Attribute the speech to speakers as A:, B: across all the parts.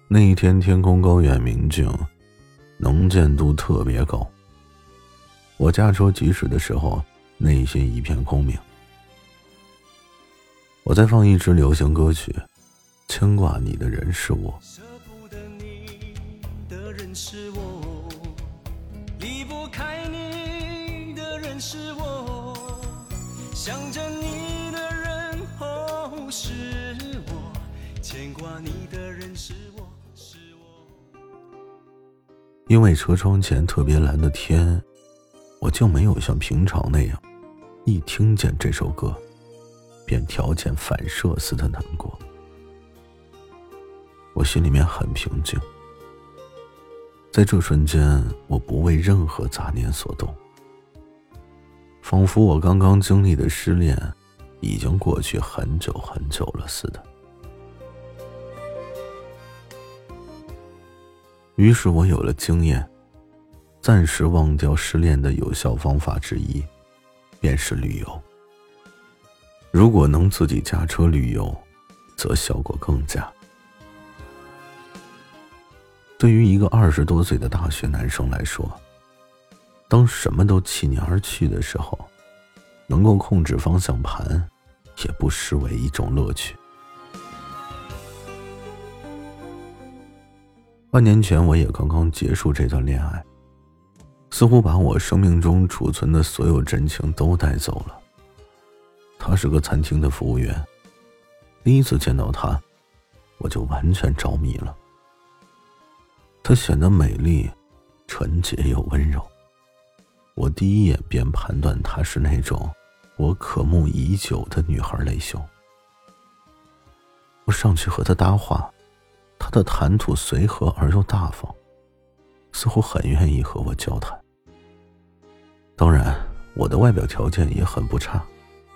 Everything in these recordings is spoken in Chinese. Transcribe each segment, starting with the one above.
A: 那一天天空高远明净，能见度特别高。我驾车疾驶的时候，内心一片空明。我在放一支流行歌曲，牵挂你的人是我。
B: 舍不得你的人是我，离不开你的人是我，想着你的人是我，牵挂你的人是我。
A: 因为车窗前特别蓝的天，我就没有像平常那样，一听见这首歌便条件反射似的难过。我心里面很平静，在这瞬间我不为任何杂念所动，仿佛我刚刚经历的失恋已经过去很久很久了似的。于是我有了经验，暂时忘掉失恋的有效方法之一便是旅游。如果能自己驾车旅游，则效果更佳。对于一个20多岁的大学男生来说，当什么都弃你而去的时候，能够控制方向盘也不失为一种乐趣。半年前我也刚刚结束这段恋爱，似乎把我生命中储存的所有真情都带走了。他是个餐厅的服务员，第一次见到他，我就完全着迷了。她显得美丽、纯洁又温柔，我第一眼便判断她是那种我渴慕已久的女孩类型。我上去和她搭话，她的谈吐随和而又大方，似乎很愿意和我交谈。当然，我的外表条件也很不差。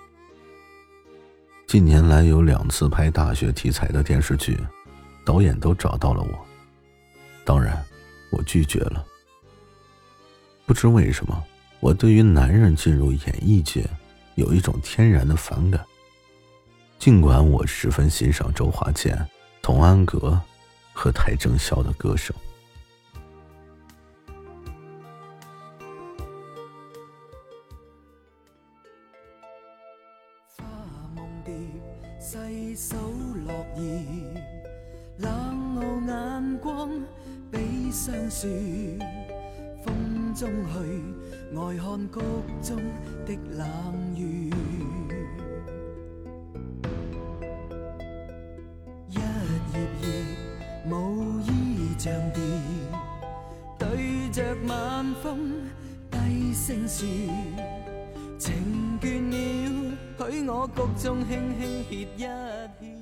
A: 近年来有2次拍大学题材的电视剧，导演都找到了我，当然我拒绝了。不知为什么，我对于男人进入演艺界有一种天然的反感，尽管我十分欣赏周华健、童安格和邰正宵的歌声。
B: 花梦蝶细數落葉，冷傲眼光比霜雪，風中去呆看谷中的冷雨，一葉葉無意像蝶，對着晚風低聲說，情倦了，許我谷中輕輕歇一歇。